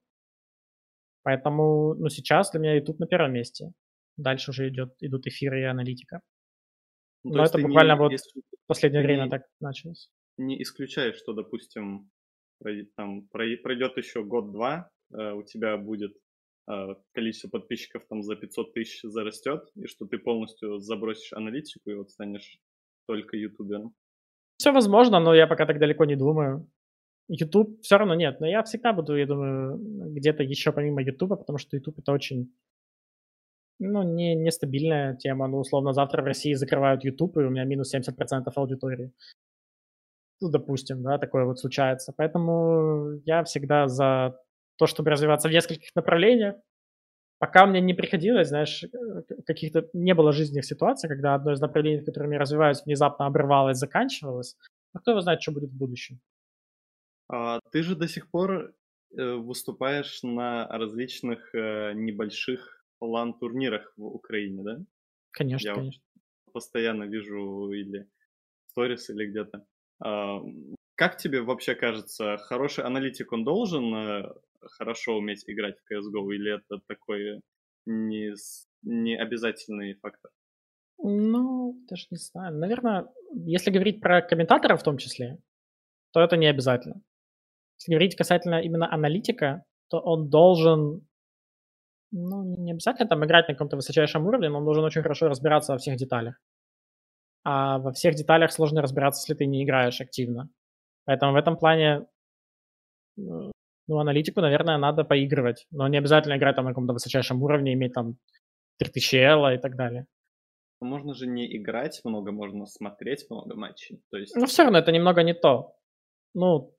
Поэтому, ну, сейчас для меня YouTube на первом месте. Дальше уже идет, идут эфиры и аналитика. Ну, то Но есть это ты буквально не, вот если в последнее ты время не, так началось. не исключаешь, что, допустим, пройдет, там, прой- пройдет еще год-два, э, у тебя будет э, количество подписчиков там за пятьсот тысяч зарастет, и что ты полностью забросишь аналитику и вот станешь только ютубером. Все возможно, но я пока так далеко не думаю. YouTube все равно нет, но я всегда буду, я думаю, где-то еще помимо YouTube, потому что YouTube это очень, ну, не, нестабильная тема. Ну, условно, завтра в России закрывают YouTube, и у меня минус семьдесят процентов аудитории. Ну, допустим, да, такое вот случается. Поэтому я всегда за то, чтобы развиваться в нескольких направлениях. Пока мне не приходилось, знаешь, э, каких-то не было жизненных ситуаций, когда одно из направлений, которыми я развиваюсь, внезапно обрывалось, заканчивалось. А кто его знает, что будет в будущем? А ты же до сих пор э, выступаешь на различных э, небольших лан-турнирах в Украине, да? Конечно, Я вот конечно. постоянно вижу или в сторис, или где-то. А, м, Как тебе вообще кажется, хороший аналитик, он должен э, хорошо уметь играть в си эс го, или это такой не, с- не обязательный фактор? Ну, даже не знаю. Наверное, если говорить про комментаторов в том числе, то это не обязательно. Если говорить касательно именно аналитика, то он должен, ну, не обязательно там играть на каком-то высочайшем уровне, но он должен очень хорошо разбираться во всех деталях. А во всех деталях сложно разбираться, если ты не играешь активно. Поэтому в этом плане, э, ну, аналитику, наверное, надо поигрывать. Но не обязательно играть там на каком-то высочайшем уровне, иметь там три тысячи элла и так далее. Но можно же не играть много, можно смотреть много матчей. То Но есть, все равно это немного не то. Ну,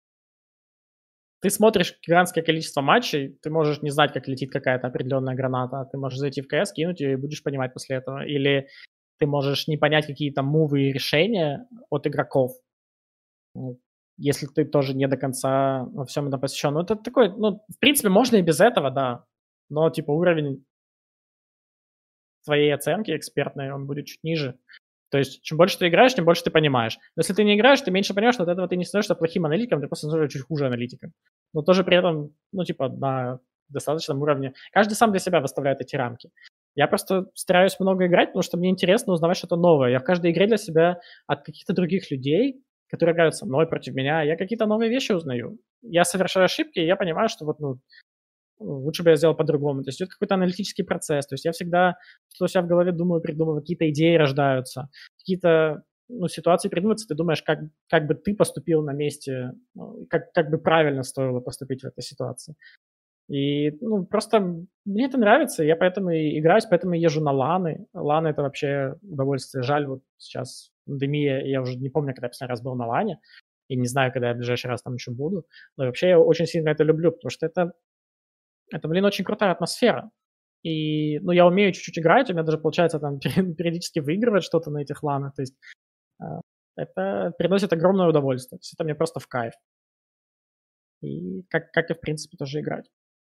ты смотришь гигантское количество матчей, ты можешь не знать, как летит какая-то определенная граната, ты можешь зайти в КС, кинуть ее и будешь понимать после этого. Или ты можешь не понять какие-то мувы и решения от игроков, ну, если ты тоже не до конца во всем этом посвящен. Ну, это такой, ну, в принципе, можно и без этого, да. Но, типа, уровень твоей оценки экспертной, он будет чуть ниже. То есть, чем больше ты играешь, тем больше ты понимаешь. Но если ты не играешь, ты меньше понимаешь, что от этого ты не становишься плохим аналитиком, ты просто становишься чуть хуже аналитиком. Но тоже при этом, ну, типа, на достаточном уровне. Каждый сам для себя выставляет эти рамки. Я просто стараюсь много играть, потому что мне интересно узнавать что-то новое. Я в каждой игре для себя от каких-то других людей, которые играют со мной, против меня, я какие-то новые вещи узнаю. Я совершаю ошибки, и я понимаю, что вот, ну, лучше бы я сделал по-другому. То есть идет какой-то аналитический процесс. То есть я всегда, что у себя в голове думаю, придумываю, какие-то идеи рождаются, какие-то, ну, ситуации придумываются, ты думаешь, как, как бы ты поступил на месте, ну, как, как бы правильно стоило поступить в этой ситуации. И, ну, просто мне это нравится, я поэтому и играюсь, поэтому и езжу на ланы. Ланы — это вообще удовольствие. Жаль, вот сейчас пандемия, я уже не помню, когда я последний раз был на лане, и не знаю, когда я в ближайший раз там еще буду. Но вообще я очень сильно это люблю, потому что это это, блин, очень крутая атмосфера. И, ну, я умею чуть-чуть играть, у меня даже получается там периодически выигрывать что-то на этих ланах. То есть а, это приносит огромное удовольствие. То есть это мне просто в кайф. И как, как и, в принципе, тоже играть.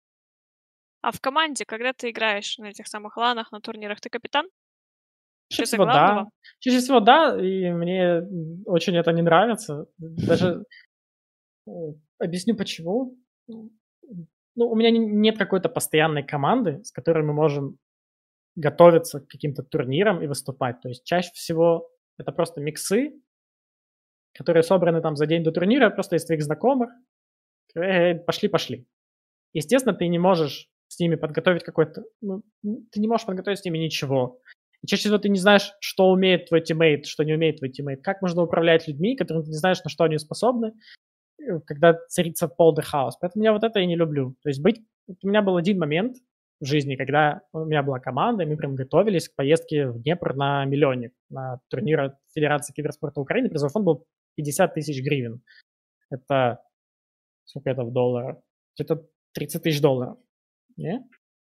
А в команде, когда ты играешь на этих самых ланах, на турнирах, ты капитан? Чаще Что-то всего да. главного? Чаще всего да, и мне очень это не нравится. Даже э, объясню почему. Ну, у меня не- нет какой-то постоянной команды, с которой мы можем готовиться к каким-то турнирам и выступать. То есть чаще всего это просто миксы, которые собраны там за день до турнира просто из твоих знакомых. Э, Пошли, пошли. Естественно, ты не можешь с ними подготовить какой-то... Ну, ты не можешь подготовить с ними ничего. И чаще всего ты не знаешь, что умеет твой тиммейт, что не умеет твой тиммейт. Как можно управлять людьми, которым ты не знаешь, на что они способны, э, когда царится полный хаос. Поэтому я вот это и не люблю. То есть быть... У меня был один момент в жизни, когда у меня была команда, и мы прям готовились к поездке в Днепр на миллионник, на турнир Федерации киберспорта Украины. Призовой фонд был пятьдесят тысяч гривен. Это сколько это в долларах? Это тридцать тысяч долларов. Не?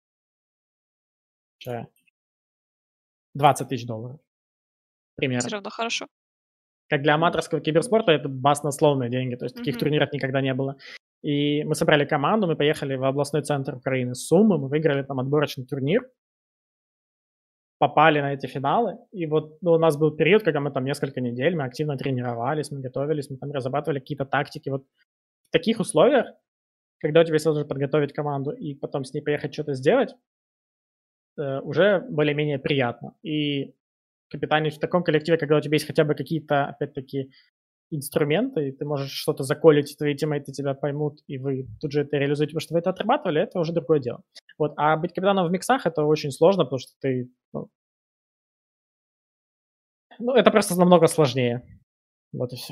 Че? двадцать тысяч долларов. Все Примерно. равно хорошо. Как для аматорского киберспорта это баснословные деньги. То есть таких Мгм. турниров никогда не было. И мы собрали команду, мы поехали в областной центр Украины Сумы, мы выиграли там отборочный турнир. попали на эти финалы. И вот ну, у нас был период, когда мы там несколько недель, мы активно тренировались, мы готовились, мы там разрабатывали какие-то тактики. Вот в таких условиях, когда у тебя есть возможность подготовить команду и потом с ней поехать что-то сделать, э, уже более-менее приятно. И капитанить в таком коллективе, когда у тебя есть хотя бы какие-то, опять-таки, инструменты, и ты можешь что-то заколить, твои тиммейты тебя поймут, и вы тут же это реализуете, потому что вы это отрабатывали, это уже другое дело. Вот. А быть капитаном в миксах это очень сложно, потому что ты... Ну, ну это просто намного сложнее. Вот и все.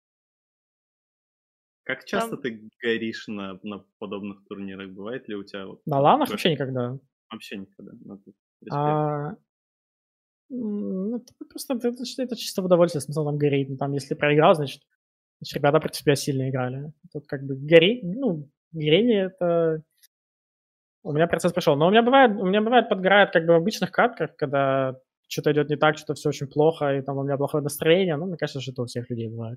Как часто Там- ты горишь на, на подобных турнирах? Бывает ли у тебя вот На ланах такое? вообще никогда. Вообще никогда? Ну, ты- респект. А, м, ну, это просто это, это чи- это чисто в удовольствие, смысл там гореть. Ну, там, если проиграл, значит, значит, ребята против тебя сильно играли. Тут как бы гореть, ну, горение это... У меня процесс пошел. Но у меня бывает, у меня бывает подгорает как бы в обычных катках, когда что-то идет не так, что-то все очень плохо, и там у меня плохое настроение. Ну, мне кажется, что это у всех людей бывает.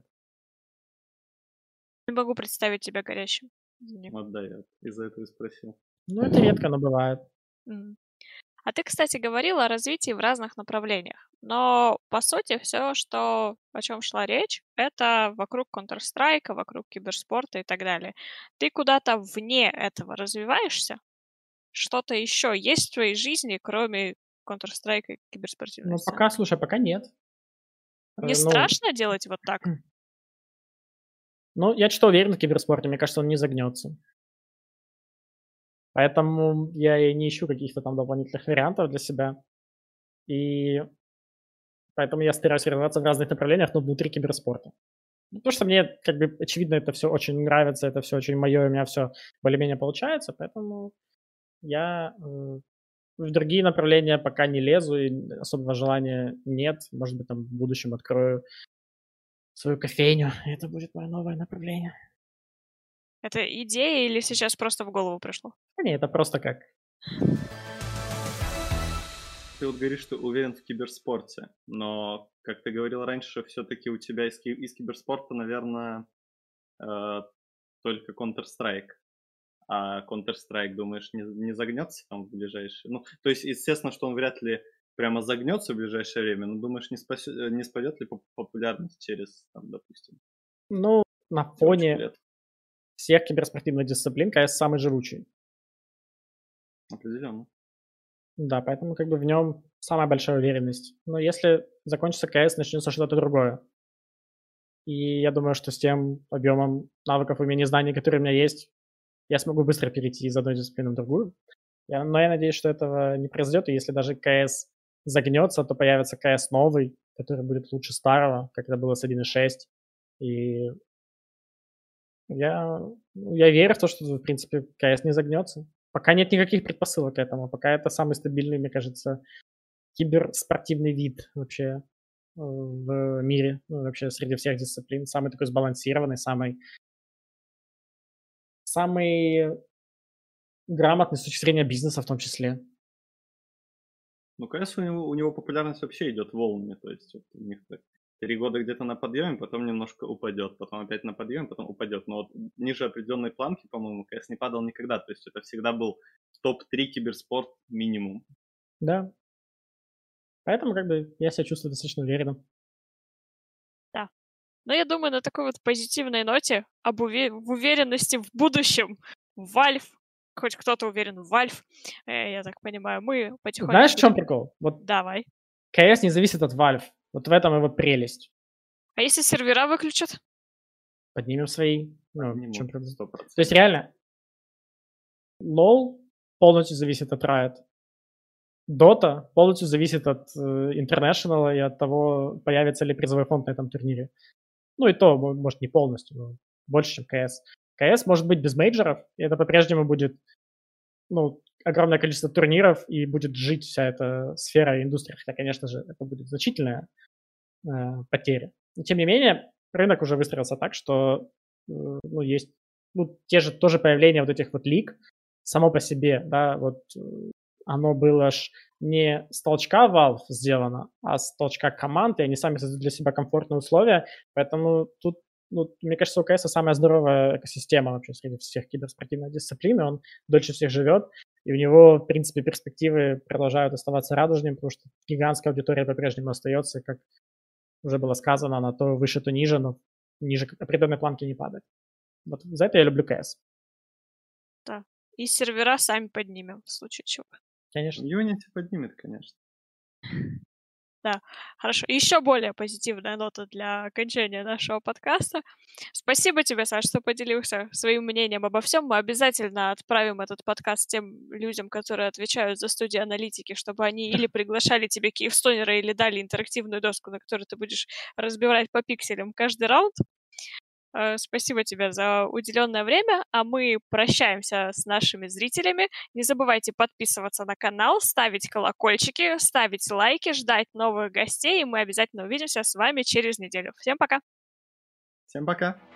Не могу представить тебя горящим. Извини. Вот да, я из-за этого и спросил. Ну, это редко, но бывает. М. А ты, кстати, говорила о развитии в разных направлениях. Но, по сути, все, что, о чем шла речь, это вокруг Counter-Strike, вокруг киберспорта и так далее. Ты куда-то вне этого развиваешься? Что-то еще есть в твоей жизни, кроме Counter-Strike и Ну, киберспортивной сцены? пока, слушай, пока нет. Не Э, Ну, страшно делать вот так? ну, я что-то уверен в киберспорте, мне кажется, он не загнется. Поэтому я и не ищу каких-то там дополнительных вариантов для себя. И поэтому я стараюсь развиваться в разных направлениях, но внутри киберспорта. Ну, потому что мне, как бы, очевидно, это все очень нравится, это все очень мое, и у меня все более-менее получается, поэтому я э, в другие направления пока не лезу, и особого желания нет. Может быть, там в будущем открою свою кофейню, и это будет мое новое направление. Это идея или сейчас просто в голову пришло? А не, это просто как... Ты вот говоришь, что уверен в киберспорте, но, как ты говорил раньше, все-таки у тебя из, ки- из киберспорта, наверное, э, только Counter-Strike. А Counter-Strike, думаешь, не, не загнется там в ближайшее? Ну, то есть, естественно, что он вряд ли прямо загнется в ближайшее время, но думаешь, не, спасе- э, не спадет ли поп- популярность через, там, допустим, Ну, на парочку фоне лет? всех киберспортивных дисциплин КС самый живучий. Определенно. Да, поэтому как бы в нем самая большая уверенность. Но если закончится КС, начнется что-то другое. И я думаю, что с тем объемом навыков, умений, знаний, которые у меня есть, я смогу быстро перейти из одной дисциплины в другую. Я, но я надеюсь, что этого не произойдет, и если даже КС загнется, то появится КС новый, который будет лучше старого, как это было с один точка шесть. И я, ну, я верю в то, что, в принципе, КС не загнется. Пока нет никаких предпосылок к этому. Пока это самый стабильный, мне кажется, киберспортивный вид вообще э, в мире, ну, вообще среди всех дисциплин. Самый такой сбалансированный, самый, самый грамотный с точки зрения бизнеса в том числе. Ну, КС у него, у него популярность вообще идет волнами, то есть вот у них так три года где-то на подъеме, потом немножко упадет, потом опять на подъеме, потом упадет. Но вот ниже определенной планки, по-моему, КС не падал никогда, то есть это всегда был топ три киберспорт минимум. Да. Поэтому как бы я себя чувствую достаточно уверенным. Да. Но я думаю, на такой вот позитивной ноте об уве- в уверенности в будущем в Valve, хоть кто-то уверен в Valve, э, я так понимаю, мы потихоньку... Знаешь, в чем будем- прикол? Вот Давай. КС не зависит от Valve. Вот в этом его прелесть. А если сервера выключат? Поднимем свои. Ну, в Минимум чем проблема? сто То есть процентов. реально, лол полностью зависит от Riot. Dota полностью зависит от э, International и от того, появится ли призовой фонд на этом турнире. Ну и то, мо- может, не полностью, но больше, чем КС. КС может быть без мейджоров, и это по-прежнему будет ну, огромное количество турниров, и будет жить вся эта сфера индустрии. Хотя, конечно же, это будет значительная э, потеря. Но, тем не менее, рынок уже выстроился так, что э, ну, есть ну, те же тоже появления вот этих вот лиг само по себе, да, вот э, оно было ж не с толчка Valve сделано, а с толчка команд, и они сами создают для себя комфортные условия, поэтому тут, ну, мне кажется, у КС самая здоровая экосистема вообще среди всех киберспортивных дисциплин, и он дольше всех живет, И у него, в принципе, перспективы продолжают оставаться радужными, потому что гигантская аудитория по-прежнему остается, как уже было сказано, она то выше, то ниже, но ниже определенной планки не падает. Вот за это я люблю си эс. Да. И сервера сами поднимем, в случае чего. Конечно. Unity поднимет, конечно. Да, хорошо. Еще более позитивная нота для окончания нашего подкаста. Спасибо тебе, Саш, что поделился своим мнением обо всем. Мы обязательно отправим этот подкаст тем людям, которые отвечают за студии аналитики, чтобы они или приглашали тебе Киевстонера, или дали интерактивную доску, на которой ты будешь разбивать по пикселям каждый раунд. Спасибо тебе за уделенное время, а мы прощаемся с нашими зрителями. Не забывайте подписываться на канал, ставить колокольчики, ставить лайки, ждать новых гостей, и мы обязательно увидимся с вами через неделю. Всем пока! Всем пока!